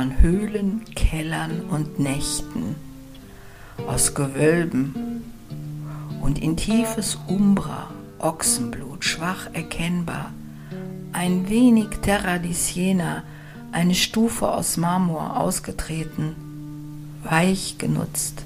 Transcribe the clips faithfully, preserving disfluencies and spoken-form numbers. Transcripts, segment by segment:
von Höhlen, Kellern und Nächten, aus Gewölben und in tiefes Umbra, Ochsenblut, schwach erkennbar, ein wenig Terra di Siena, eine Stufe aus Marmor ausgetreten, weich genutzt.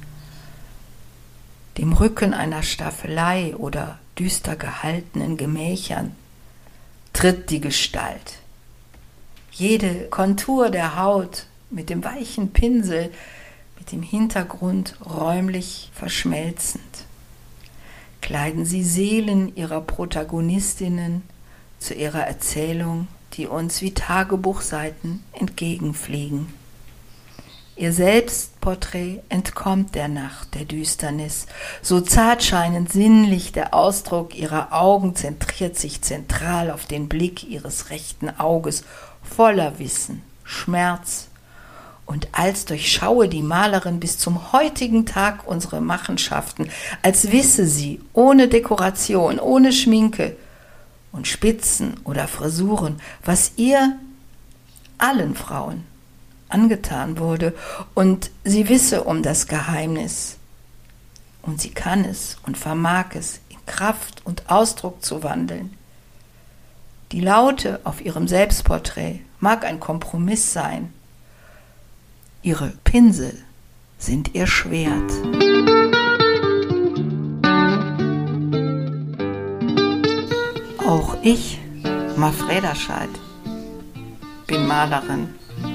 Dem Rücken einer Staffelei oder düster gehaltenen Gemächern tritt die Gestalt. Jede Kontur der Haut mit dem weichen Pinsel, mit dem Hintergrund räumlich verschmelzend. Kleiden sie Seelen ihrer Protagonistinnen zu ihrer Erzählung, die uns wie Tagebuchseiten entgegenfliegen. Ihr Selbstporträt entkommt der Nacht, der Düsternis. So zart scheinend sinnlich der Ausdruck ihrer Augen zentriert sich zentral auf den Blick ihres rechten Auges, voller Wissen, Schmerz. Und als durchschaue die Malerin bis zum heutigen Tag unsere Machenschaften, als wisse sie, ohne Dekoration, ohne Schminke und Spitzen oder Frisuren, was ihr, allen Frauen, angetan wurde, und sie wisse um das Geheimnis. Und sie kann es und vermag es, in Kraft und Ausdruck zu wandeln. Die Laute auf ihrem Selbstporträt mag ein Kompromiss sein. Ihre Pinsel sind ihr Schwert. Auch ich, Marfreda Scheid, bin Malerin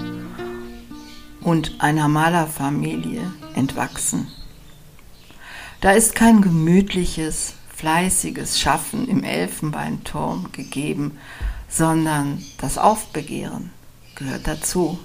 und einer Malerfamilie entwachsen. Da ist kein gemütliches, fleißiges Schaffen im Elfenbeinturm gegeben, sondern das Aufbegehren gehört dazu.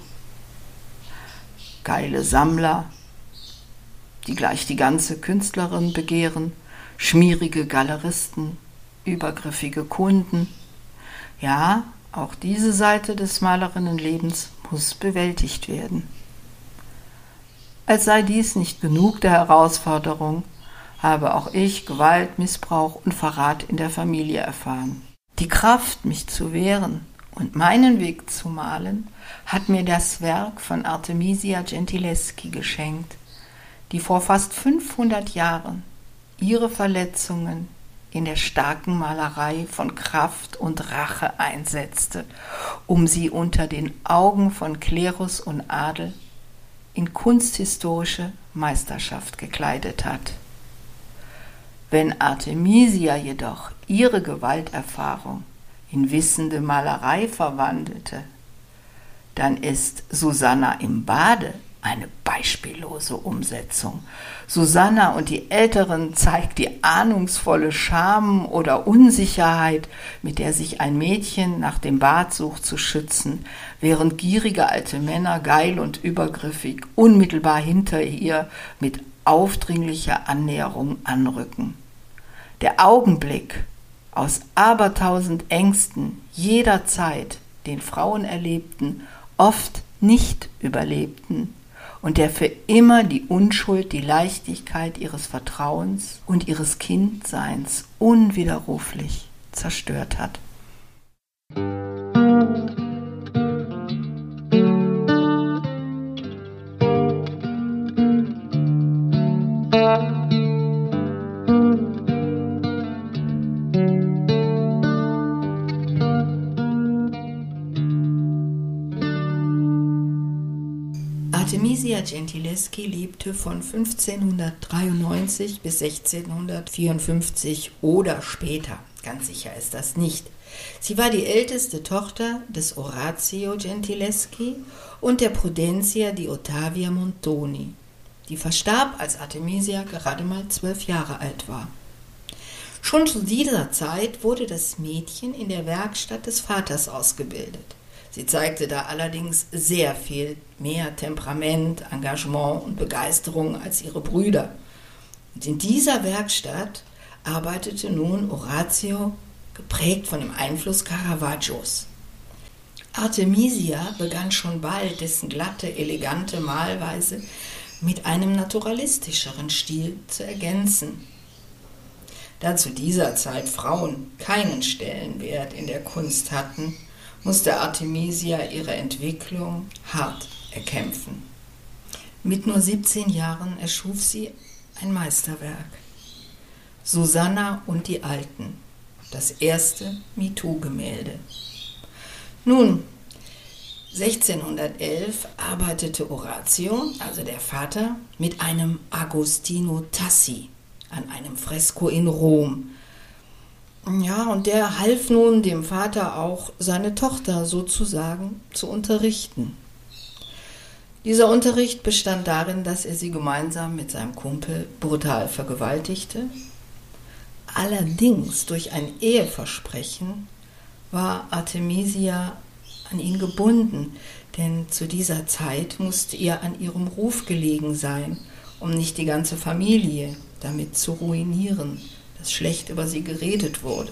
Geile Sammler, die gleich die ganze Künstlerin begehren, schmierige Galeristen, übergriffige Kunden. Ja, auch diese Seite des Malerinnenlebens muss bewältigt werden. Als sei dies nicht genug der Herausforderung, habe auch ich Gewalt, Missbrauch und Verrat in der Familie erfahren. Die Kraft, mich zu wehren und meinen Weg zu malen, hat mir das Werk von Artemisia Gentileschi geschenkt, die vor fast fünfhundert Jahren ihre Verletzungen in der starken Malerei von Kraft und Rache einsetzte, um sie unter den Augen von Klerus und Adel in kunsthistorische Meisterschaft gekleidet hat. Wenn Artemisia jedoch ihre Gewalterfahrung in wissende Malerei verwandelte, dann ist Susanna im Bade eine beispiellose Umsetzung. Susanna und die Älteren zeigt die ahnungsvolle Scham oder Unsicherheit, mit der sich ein Mädchen nach dem Bad sucht zu schützen, während gierige alte Männer, geil und übergriffig, unmittelbar hinter ihr mit aufdringlicher Annäherung anrücken. Der Augenblick aus abertausend Ängsten jeder Zeit, den Frauen erlebten, oft nicht überlebten, und der für immer die Unschuld, die Leichtigkeit ihres Vertrauens und ihres Kindseins unwiderruflich zerstört hat. Artemisia Gentileschi lebte von fünfzehnhundertdreiundneunzig bis sechzehnhundertvierundfünfzig oder später, ganz sicher ist das nicht. Sie war die älteste Tochter des Orazio Gentileschi und der Prudencia di Ottavia Montoni, die verstarb, als Artemisia gerade mal zwölf Jahre alt war. Schon zu dieser Zeit wurde das Mädchen in der Werkstatt des Vaters ausgebildet. Sie zeigte da allerdings sehr viel mehr Temperament, Engagement und Begeisterung als ihre Brüder. Und in dieser Werkstatt arbeitete nun Orazio, geprägt von dem Einfluss Caravaggios. Artemisia begann schon bald dessen glatte, elegante Malweise mit einem naturalistischeren Stil zu ergänzen. Da zu dieser Zeit Frauen keinen Stellenwert in der Kunst hatten, musste Artemisia ihre Entwicklung hart erkämpfen. Mit nur siebzehn Jahren erschuf sie ein Meisterwerk. Susanna und die Alten, das erste MeToo-Gemälde. Nun, sechzehnhundertelf arbeitete Orazio, also der Vater, mit einem Agostino Tassi an einem Fresko in Rom. Ja, und der half nun dem Vater auch, seine Tochter sozusagen zu unterrichten. Dieser Unterricht bestand darin, dass er sie gemeinsam mit seinem Kumpel brutal vergewaltigte. Allerdings durch ein Eheversprechen war Artemisia an ihn gebunden, denn zu dieser Zeit musste ihr an ihrem Ruf gelegen sein, um nicht die ganze Familie damit zu ruinieren, dass schlecht über sie geredet wurde.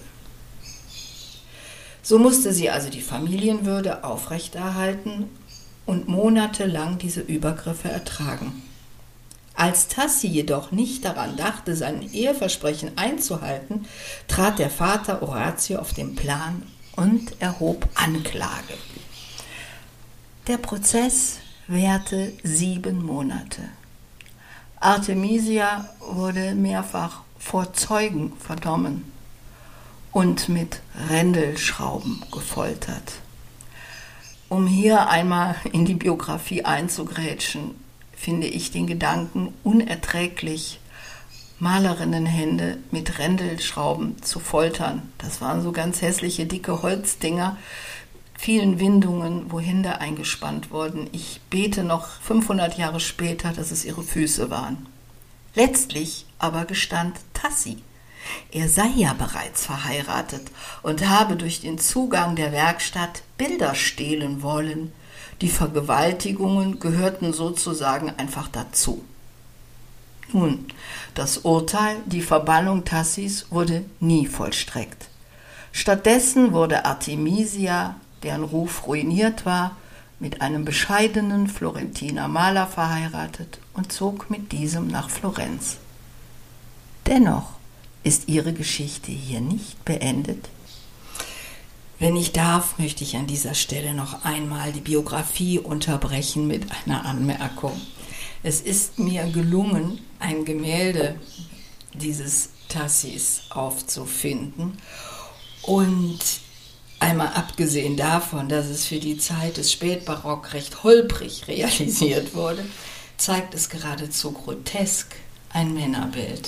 So musste sie also die Familienwürde aufrechterhalten und monatelang diese Übergriffe ertragen. Als Tassi jedoch nicht daran dachte, sein Eheversprechen einzuhalten, trat der Vater Orazio auf den Plan und erhob Anklage. Der Prozess währte sieben Monate. Artemisia wurde mehrfach vor Zeugen vernommen und mit Rändelschrauben gefoltert. Um hier einmal in die Biografie einzugrätschen, finde ich den Gedanken unerträglich, Malerinnenhände mit Rändelschrauben zu foltern. Das waren so ganz hässliche, dicke Holzdinger, vielen Windungen, wo Hände eingespannt wurden. Ich bete noch fünfhundert Jahre später, dass es ihre Füße waren. Letztlich aber gestand Tassi, er sei ja bereits verheiratet und habe durch den Zugang der Werkstatt Bilder stehlen wollen. Die Vergewaltigungen gehörten sozusagen einfach dazu. Nun, das Urteil, die Verbannung Tassis, wurde nie vollstreckt. Stattdessen wurde Artemisia, deren Ruf ruiniert war, mit einem bescheidenen Florentiner Maler verheiratet und zog mit diesem nach Florenz. Dennoch ist ihre Geschichte hier nicht beendet. Wenn ich darf, möchte ich an dieser Stelle noch einmal die Biografie unterbrechen mit einer Anmerkung. Es ist mir gelungen, ein Gemälde dieses Tassis aufzufinden und einmal abgesehen davon, dass es für die Zeit des Spätbarock recht holprig realisiert wurde, zeigt es geradezu grotesk ein Männerbild.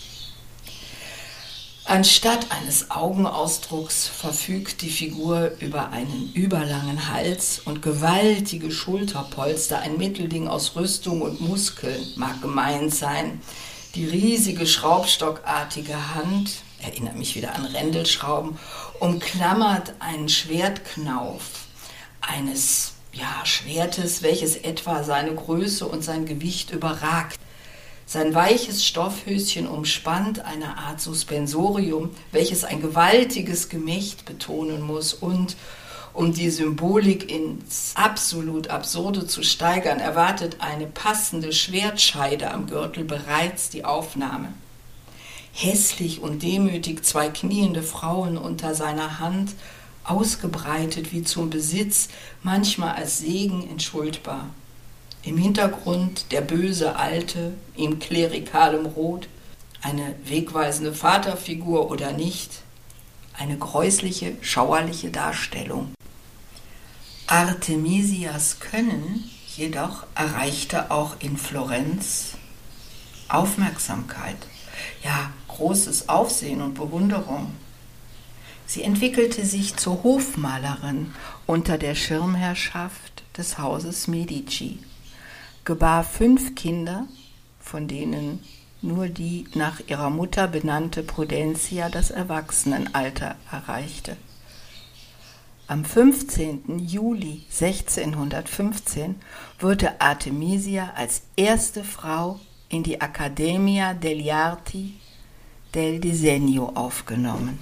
Anstatt eines Augenausdrucks verfügt die Figur über einen überlangen Hals und gewaltige Schulterpolster, ein Mittelding aus Rüstung und Muskeln mag gemeint sein. Die riesige schraubstockartige Hand, erinnert mich wieder an Rändelschrauben, umklammert einen Schwertknauf eines ja, Schwertes, welches etwa seine Größe und sein Gewicht überragt. Sein weiches Stoffhöschen umspannt eine Art Suspensorium, welches ein gewaltiges Gemächt betonen muss und, um die Symbolik ins absolut Absurde zu steigern, erwartet eine passende Schwertscheide am Gürtel bereits die Aufnahme. Hässlich und demütig zwei kniende Frauen unter seiner Hand, ausgebreitet wie zum Besitz, manchmal als Segen entschuldbar. Im Hintergrund der böse Alte in klerikalem Rot, eine wegweisende Vaterfigur oder nicht, eine gräusliche, schauerliche Darstellung. Artemisias Können jedoch erreichte auch in Florenz Aufmerksamkeit, ja, großes Aufsehen und Bewunderung. Sie entwickelte sich zur Hofmalerin unter der Schirmherrschaft des Hauses Medici, gebar fünf Kinder, von denen nur die nach ihrer Mutter benannte Prudentia das Erwachsenenalter erreichte. Am fünfzehnten Juli sechzehnhundertfünfzehn wurde Artemisia als erste Frau in die Accademia degli Arti del Disegno aufgenommen.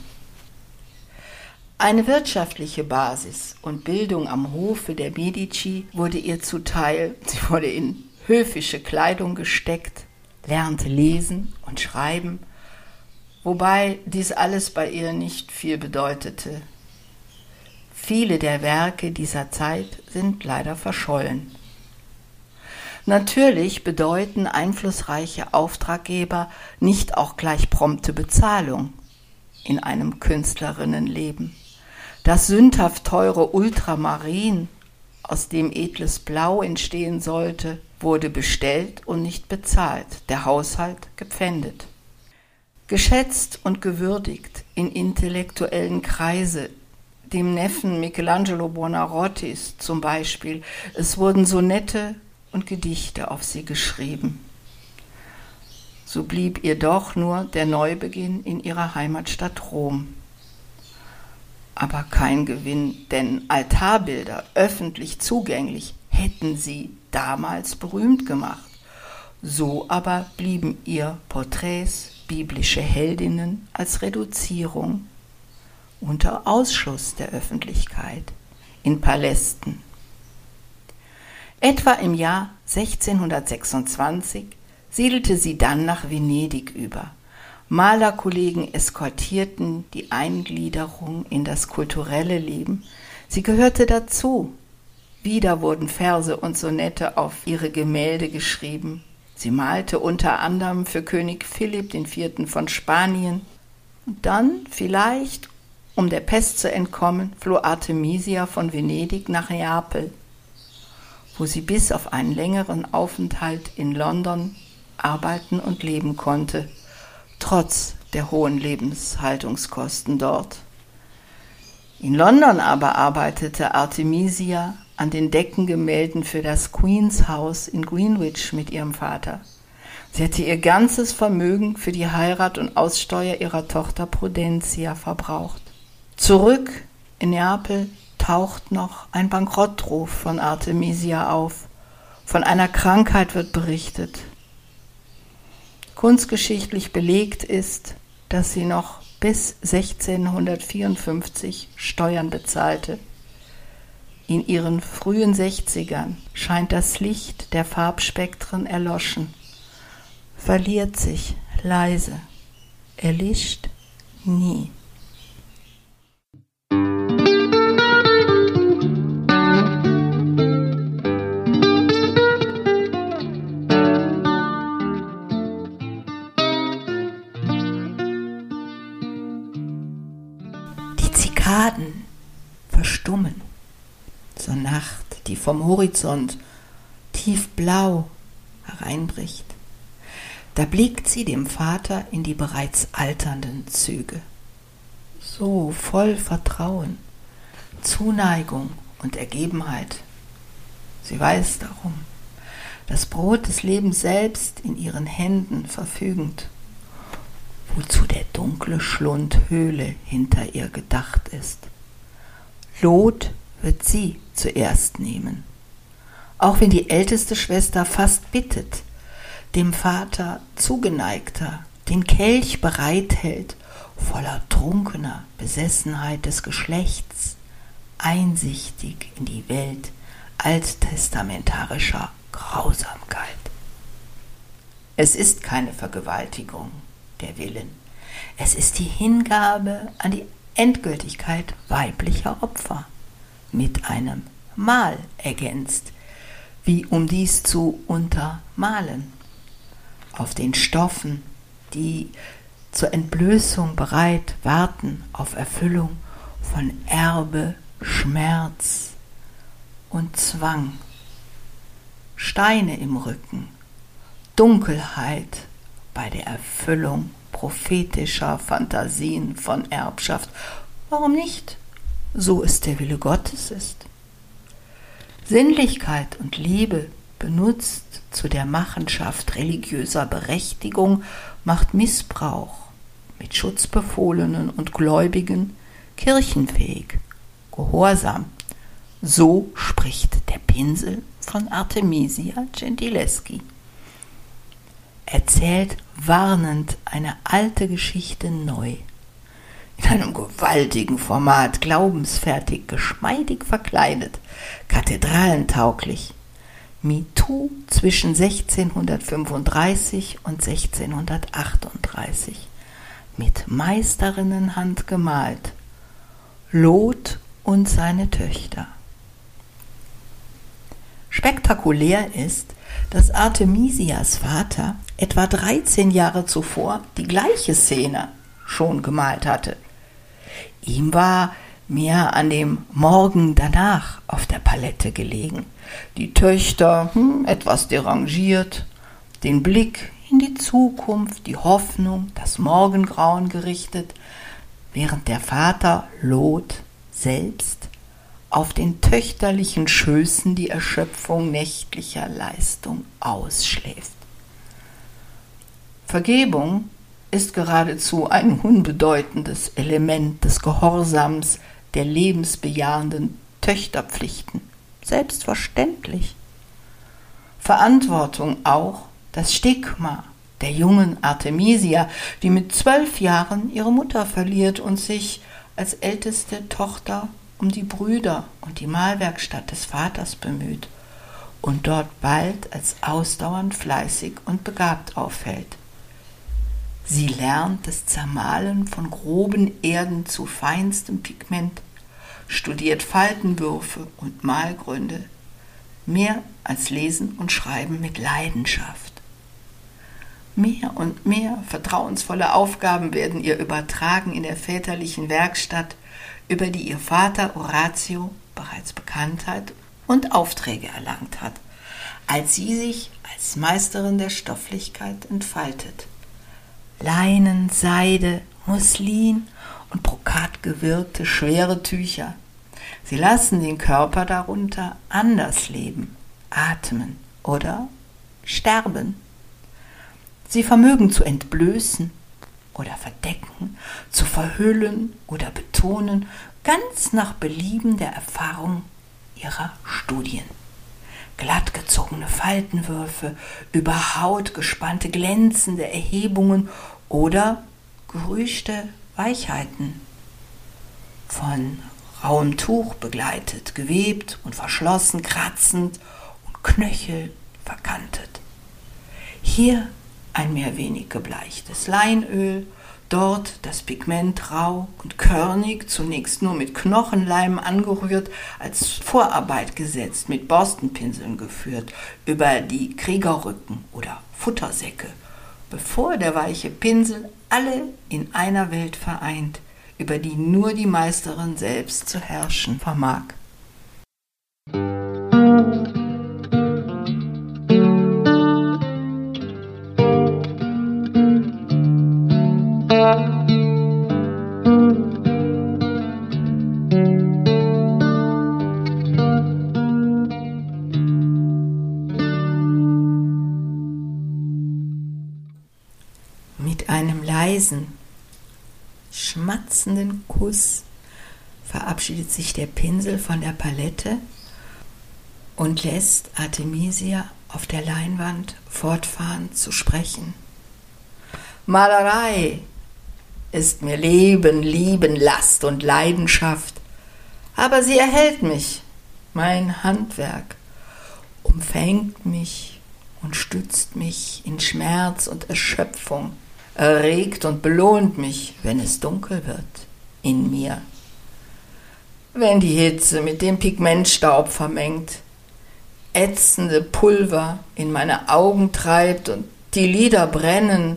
Eine wirtschaftliche Basis und Bildung am Hofe der Medici wurde ihr zuteil. Sie wurde in höfische Kleidung gesteckt, lernte lesen und schreiben, wobei dies alles bei ihr nicht viel bedeutete. Viele der Werke dieser Zeit sind leider verschollen. Natürlich bedeuten einflussreiche Auftraggeber nicht auch gleich prompte Bezahlung in einem Künstlerinnenleben. Das sündhaft teure Ultramarin, aus dem edles Blau entstehen sollte, wurde bestellt und nicht bezahlt, der Haushalt gepfändet. Geschätzt und gewürdigt in intellektuellen Kreise, dem Neffen Michelangelo Buonarrotis zum Beispiel, es wurden Sonette und Gedichte auf sie geschrieben. So blieb ihr doch nur der Neubeginn in ihrer Heimatstadt Rom. Aber kein Gewinn, denn Altarbilder, öffentlich zugänglich, hätten sie damals berühmt gemacht. So aber blieben ihr Porträts, biblische Heldinnen als Reduzierung unter Ausschluss der Öffentlichkeit in Palästen. Etwa im Jahr sechzehnhundertsechsundzwanzig siedelte sie dann nach Venedig über. Malerkollegen eskortierten die Eingliederung in das kulturelle Leben. Sie gehörte dazu. Wieder wurden Verse und Sonette auf ihre Gemälde geschrieben. Sie malte unter anderem für König Philipp der Vierte von Spanien. Und dann, vielleicht, um der Pest zu entkommen, floh Artemisia von Venedig nach Neapel, wo sie bis auf einen längeren Aufenthalt in London arbeiten und leben konnte, trotz der hohen Lebenshaltungskosten dort. In London aber arbeitete Artemisia an den Deckengemälden für das Queen's House in Greenwich mit ihrem Vater. Sie hatte ihr ganzes Vermögen für die Heirat und Aussteuer ihrer Tochter Prudentia verbraucht. Zurück in Neapel taucht noch ein Bankrottruf von Artemisia auf. Von einer Krankheit wird berichtet. Kunstgeschichtlich belegt ist, dass sie noch bis sechzehnhundertvierundfünfzig Steuern bezahlte. In ihren frühen Sechzigern scheint das Licht der Farbspektren erloschen, verliert sich leise, erlischt nie. Die Zikaden verstummen zur Nacht, die vom Horizont tiefblau hereinbricht. Da blickt sie dem Vater in die bereits alternden Züge. So voll Vertrauen, Zuneigung und Ergebenheit. Sie weiß darum, das Brot des Lebens selbst in ihren Händen verfügend, wozu der dunkle Schlund Höhle hinter ihr gedacht ist. Lot wird sie zuerst nehmen, auch wenn die älteste Schwester fast bittet, dem Vater zugeneigter, den Kelch bereithält, voller trunkener Besessenheit des Geschlechts, einsichtig in die Welt alttestamentarischer Grausamkeit. Es ist keine Vergewaltigung, der Willen. Es ist die Hingabe an die Endgültigkeit weiblicher Opfer, mit einem Mahl ergänzt, wie um dies zu untermalen. Auf den Stoffen, die zur Entblößung bereit warten auf Erfüllung von Erbe, Schmerz und Zwang. Steine im Rücken, Dunkelheit bei der Erfüllung prophetischer Fantasien von Erbschaft. Warum nicht? So es der Wille Gottes ist. Sinnlichkeit und Liebe, benutzt zu der Machenschaft religiöser Berechtigung, macht Missbrauch mit Schutzbefohlenen und Gläubigen kirchenfähig, gehorsam. So spricht der Pinsel von Artemisia Gentileschi. Erzählt warnend eine alte Geschichte neu. In einem gewaltigen Format, glaubensfertig, geschmeidig verkleidet, kathedralentauglich. MeToo zwischen sechzehnhundertfünfunddreißig und sechzehnhundertachtunddreißig. Mit Meisterinnenhand gemalt. Lot und seine Töchter. Spektakulär ist, dass Artemisias Vater etwa dreizehn Jahre zuvor die gleiche Szene schon gemalt hatte. Ihm war mehr an dem Morgen danach auf der Palette gelegen. Die Töchter hm, etwas derangiert, den Blick in die Zukunft, die Hoffnung, das Morgengrauen gerichtet, während der Vater Lot selbst auf den töchterlichen Schößen die Erschöpfung nächtlicher Leistung ausschläft. Vergebung ist geradezu ein unbedeutendes Element des Gehorsams der lebensbejahenden Töchterpflichten. Selbstverständlich. Verantwortung auch das Stigma der jungen Artemisia, die mit zwölf Jahren ihre Mutter verliert und sich als älteste Tochter um die Brüder und die Malwerkstatt des Vaters bemüht und dort bald als ausdauernd fleißig und begabt auffällt. Sie lernt das Zermahlen von groben Erden zu feinstem Pigment, studiert Faltenwürfe und Malgründe, mehr als Lesen und Schreiben mit Leidenschaft. Mehr und mehr vertrauensvolle Aufgaben werden ihr übertragen in der väterlichen Werkstatt, über die ihr Vater Orazio bereits Bekanntheit und Aufträge erlangt hat, als sie sich als Meisterin der Stofflichkeit entfaltet. Leinen, Seide, Muslin und brokatgewirkte schwere Tücher. Sie lassen den Körper darunter anders leben, atmen oder sterben. Sie vermögen zu entblößen oder verdecken, zu verhüllen oder betonen, ganz nach Belieben der Erfahrung ihrer Studien. Glattgezogene Faltenwürfe, über Haut gespannte glänzende Erhebungen oder gerüschte Weichheiten. Von rauem Tuch begleitet, gewebt und verschlossen, kratzend und knöchel verkantet. Hier ein mehr wenig gebleichtes Leinöl, dort das Pigment rau und körnig, zunächst nur mit Knochenleim angerührt, als Vorarbeit gesetzt, mit Borstenpinseln geführt, über die Kriegerrücken oder Futtersäcke, bevor der weiche Pinsel alle in einer Welt vereint, über die nur die Meisterin selbst zu herrschen vermag. Mit einem leisen, schmatzenden Kuss verabschiedet sich der Pinsel von der Palette und lässt Artemisia auf der Leinwand fortfahren zu sprechen. Malerei ist mir Leben, Lieben, Last und Leidenschaft, aber sie erhält mich, mein Handwerk, umfängt mich und stützt mich in Schmerz und Erschöpfung, erregt und belohnt mich, wenn es dunkel wird, in mir. Wenn die Hitze mit dem Pigmentstaub vermengt, ätzende Pulver in meine Augen treibt und die Lider brennen,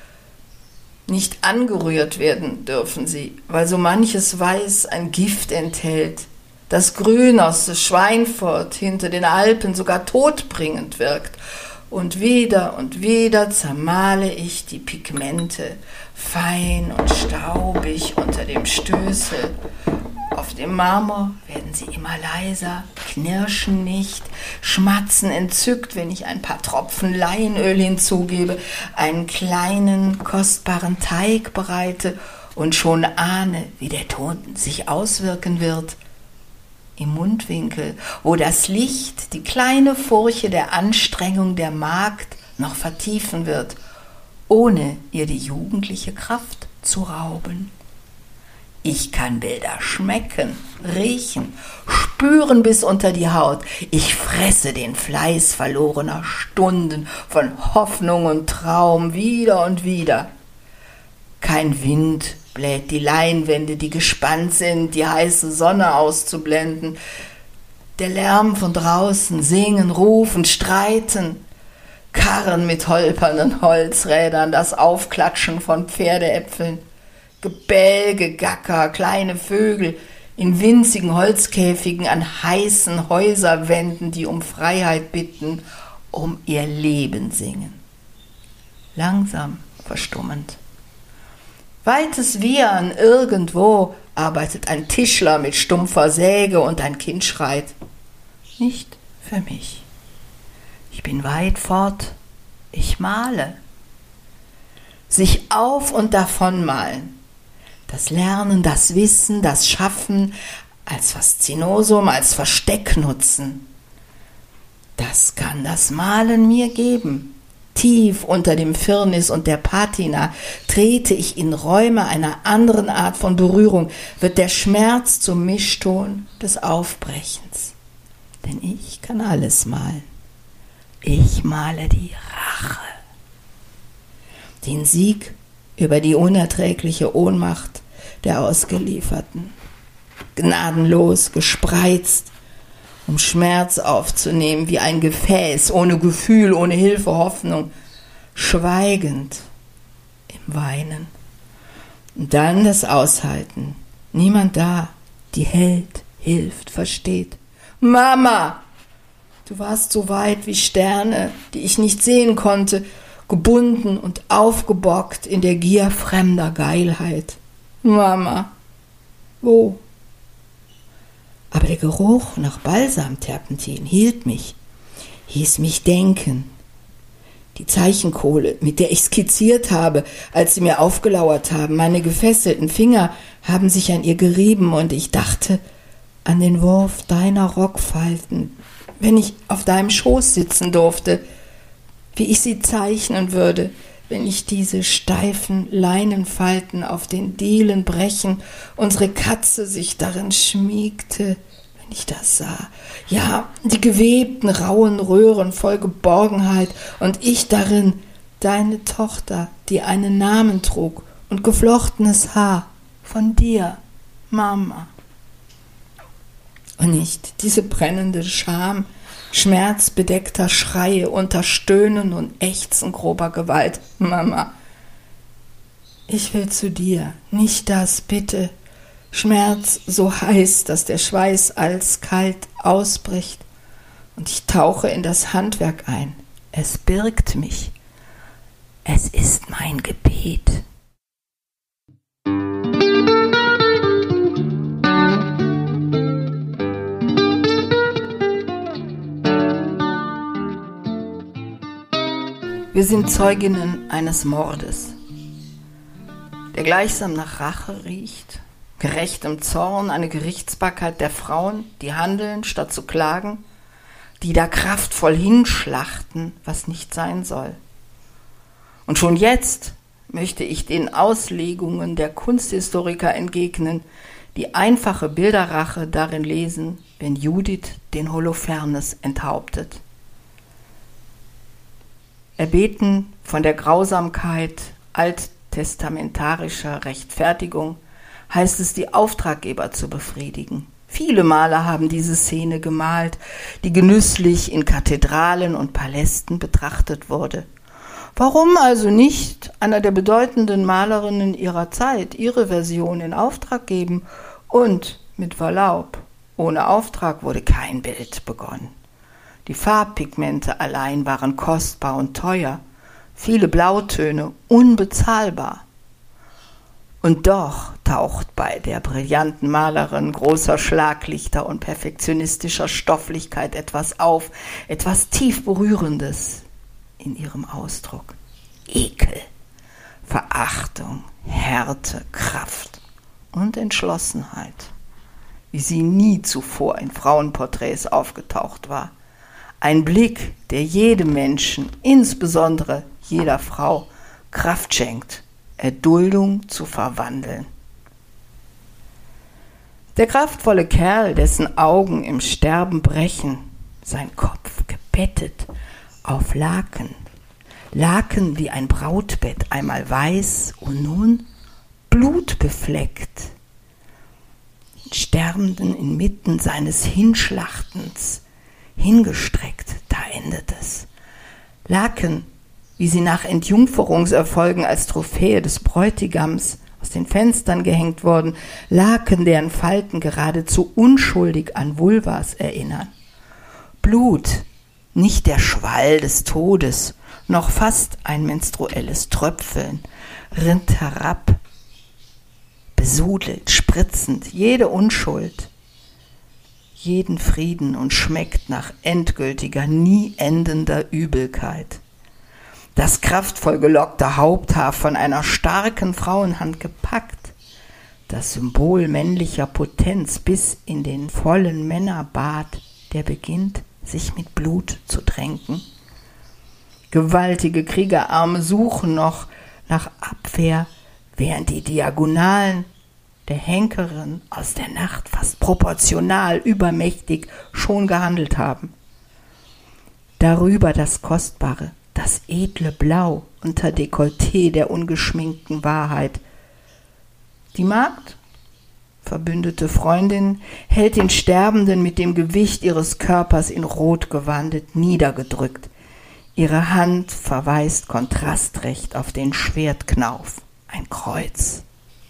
nicht angerührt werden dürfen sie, weil so manches Weiß ein Gift enthält, das Grün aus Schweinfurt hinter den Alpen sogar todbringend wirkt. Und wieder und wieder zermahle ich die Pigmente, fein und staubig unter dem Stößel. Auf dem Marmor werden sie immer leiser, knirschen nicht, schmatzen entzückt, wenn ich ein paar Tropfen Leinöl hinzugebe, einen kleinen, kostbaren Teig bereite und schon ahne, wie der Ton sich auswirken wird. Im Mundwinkel, wo das Licht die kleine Furche der Anstrengung der Magd noch vertiefen wird, ohne ihr die jugendliche Kraft zu rauben. Ich kann Bilder schmecken, riechen, spüren bis unter die Haut. Ich fresse den Fleiß verlorener Stunden von Hoffnung und Traum wieder und wieder. Kein Wind bläht die Leinwände, die gespannt sind, die heiße Sonne auszublenden. Der Lärm von draußen, singen, rufen, streiten, Karren mit holpernden Holzrädern, das Aufklatschen von Pferdeäpfeln, Gebell, Gegacker, kleine Vögel in winzigen Holzkäfigen an heißen Häuserwänden, die um Freiheit bitten, um ihr Leben singen. Langsam verstummend. Weites Wiehern irgendwo arbeitet ein Tischler mit stumpfer Säge und ein Kind schreit. Nicht für mich. Ich bin weit fort, ich male. Sich auf und davon malen. Das Lernen, das Wissen, das Schaffen als Faszinosum, als Versteck nutzen. Das kann das Malen mir geben. Tief unter dem Firnis und der Patina trete ich in Räume einer anderen Art von Berührung, wird der Schmerz zum Mischton des Aufbrechens. Denn ich kann alles malen. Ich male die Rache. Den Sieg über die unerträgliche Ohnmacht der Ausgelieferten. Gnadenlos gespreizt, um Schmerz aufzunehmen wie ein Gefäß, ohne Gefühl, ohne Hilfe, Hoffnung, schweigend im Weinen. Und dann das Aushalten. Niemand da, die hält, hilft, versteht. Mama, du warst so weit wie Sterne, die ich nicht sehen konnte, gebunden und aufgebockt in der Gier fremder Geilheit. Mama, wo? Aber der Geruch nach Balsamterpentin hielt mich, hieß mich denken. Die Zeichenkohle, mit der ich skizziert habe, als sie mir aufgelauert haben, meine gefesselten Finger haben sich an ihr gerieben und ich dachte an den Wurf deiner Rockfalten, wenn ich auf deinem Schoß sitzen durfte, wie ich sie zeichnen würde, wenn ich diese steifen Leinenfalten auf den Dielen brechen, unsere Katze sich darin schmiegte, wenn ich das sah. Ja, die gewebten, rauen Röhren voll Geborgenheit und ich darin, deine Tochter, die einen Namen trug und geflochtenes Haar von dir, Mama. Und nicht diese brennende Scham, schmerzbedeckter Schreie unter Stöhnen und Ächzen grober Gewalt. Mama, ich will zu dir, nicht das, bitte. Schmerz so heiß, dass der Schweiß als kalt ausbricht. Und ich tauche in das Handwerk ein. Es birgt mich. Es ist mein Gebet. Wir sind Zeuginnen eines Mordes, der gleichsam nach Rache riecht, gerechtem Zorn, eine Gerichtsbarkeit der Frauen, die handeln, statt zu klagen, die da kraftvoll hinschlachten, was nicht sein soll. Und schon jetzt möchte ich den Auslegungen der Kunsthistoriker entgegnen, die einfache Bilderrache darin lesen, wenn Judith den Holofernes enthauptet. Erbeten von der Grausamkeit alttestamentarischer Rechtfertigung heißt es, die Auftraggeber zu befriedigen. Viele Maler haben diese Szene gemalt, die genüsslich in Kathedralen und Palästen betrachtet wurde. Warum also nicht einer der bedeutenden Malerinnen ihrer Zeit ihre Version in Auftrag geben und mit Verlaub, ohne Auftrag wurde kein Bild begonnen. Die Farbpigmente allein waren kostbar und teuer, viele Blautöne unbezahlbar. Und doch taucht bei der brillanten Malerin großer Schlaglichter und perfektionistischer Stofflichkeit etwas auf, etwas tief Berührendes in ihrem Ausdruck. Ekel, Verachtung, Härte, Kraft und Entschlossenheit, wie sie nie zuvor in Frauenporträts aufgetaucht war. Ein Blick, der jedem Menschen, insbesondere jeder Frau, Kraft schenkt, Erduldung zu verwandeln. Der kraftvolle Kerl, dessen Augen im Sterben brechen, sein Kopf gebettet auf Laken, Laken wie ein Brautbett, einmal weiß und nun blutbefleckt. Den Sterbenden inmitten seines Hinschlachtens hingestreckt, da endet es. Laken, wie sie nach Entjungferungserfolgen als Trophäe des Bräutigams aus den Fenstern gehängt wurden, Laken, deren Falten geradezu unschuldig an Vulvas erinnern. Blut, nicht der Schwall des Todes, noch fast ein menstruelles Tröpfeln, rinnt herab, besudelt, spritzend, jede Unschuld, jeden Frieden und schmeckt nach endgültiger, nie endender Übelkeit. Das kraftvoll gelockte Haupthaar von einer starken Frauenhand gepackt, das Symbol männlicher Potenz bis in den vollen Männerbart, der beginnt, sich mit Blut zu tränken. Gewaltige Kriegerarme suchen noch nach Abwehr, während die Diagonalen der Henkerin aus der Nacht fast proportional übermächtig schon gehandelt haben. Darüber das kostbare, das edle Blau unter Dekolleté der ungeschminkten Wahrheit. Die Magd, verbündete Freundin, hält den Sterbenden mit dem Gewicht ihres Körpers in Rot gewandet niedergedrückt. Ihre Hand verweist kontrastrecht auf den Schwertknauf, ein Kreuz.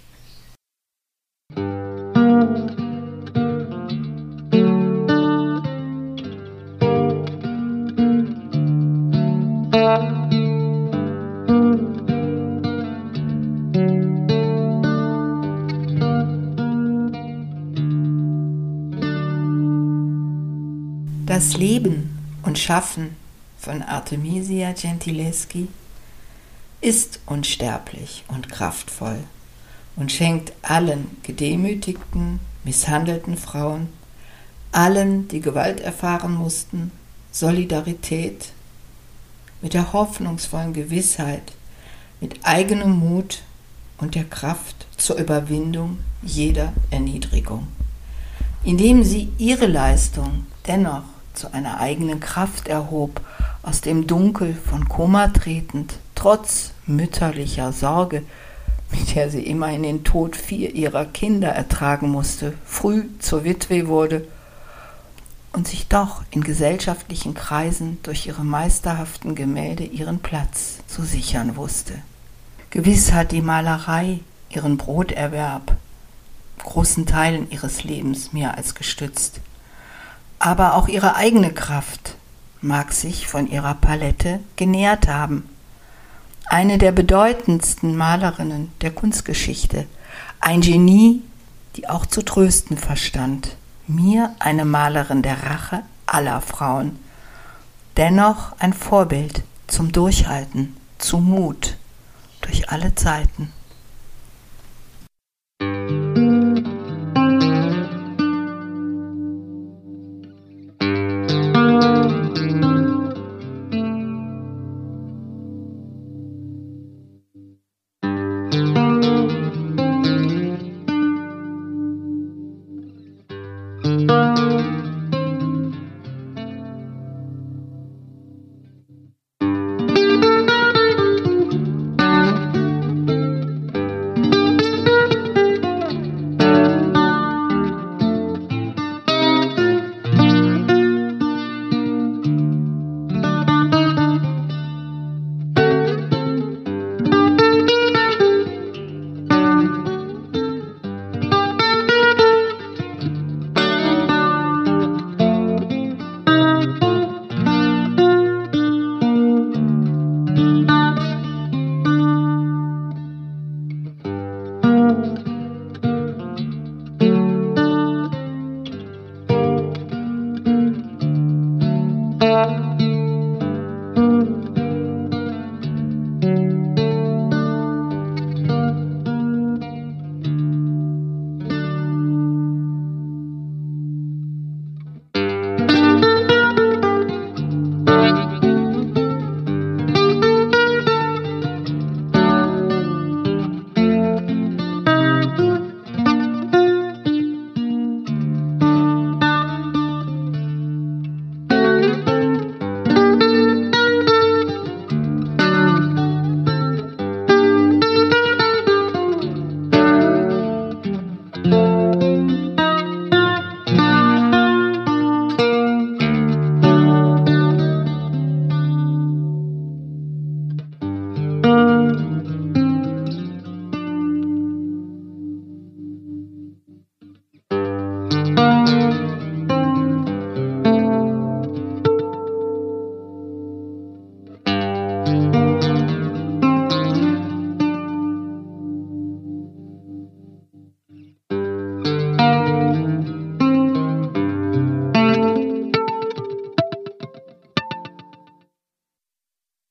Das Leben und Schaffen von Artemisia Gentileschi ist unsterblich und kraftvoll und schenkt allen gedemütigten, misshandelten Frauen, allen, die Gewalt erfahren mussten, Solidarität mit der hoffnungsvollen Gewissheit, mit eigenem Mut und der Kraft zur Überwindung jeder Erniedrigung, indem sie ihre Leistung dennoch zu einer eigenen Kraft erhob, aus dem Dunkel von Koma tretend, trotz mütterlicher Sorge, mit der sie immerhin den Tod vier ihrer Kinder ertragen musste, früh zur Witwe wurde und sich doch in gesellschaftlichen Kreisen durch ihre meisterhaften Gemälde ihren Platz zu sichern wusste. Gewiss hat die Malerei ihren Broterwerb großen Teilen ihres Lebens mehr als gestützt. Aber auch ihre eigene Kraft mag sich von ihrer Palette genährt haben. Eine der bedeutendsten Malerinnen der Kunstgeschichte, ein Genie, die auch zu trösten verstand. Mir eine Malerin der Rache aller Frauen, dennoch ein Vorbild zum Durchhalten, zu Mut durch alle Zeiten.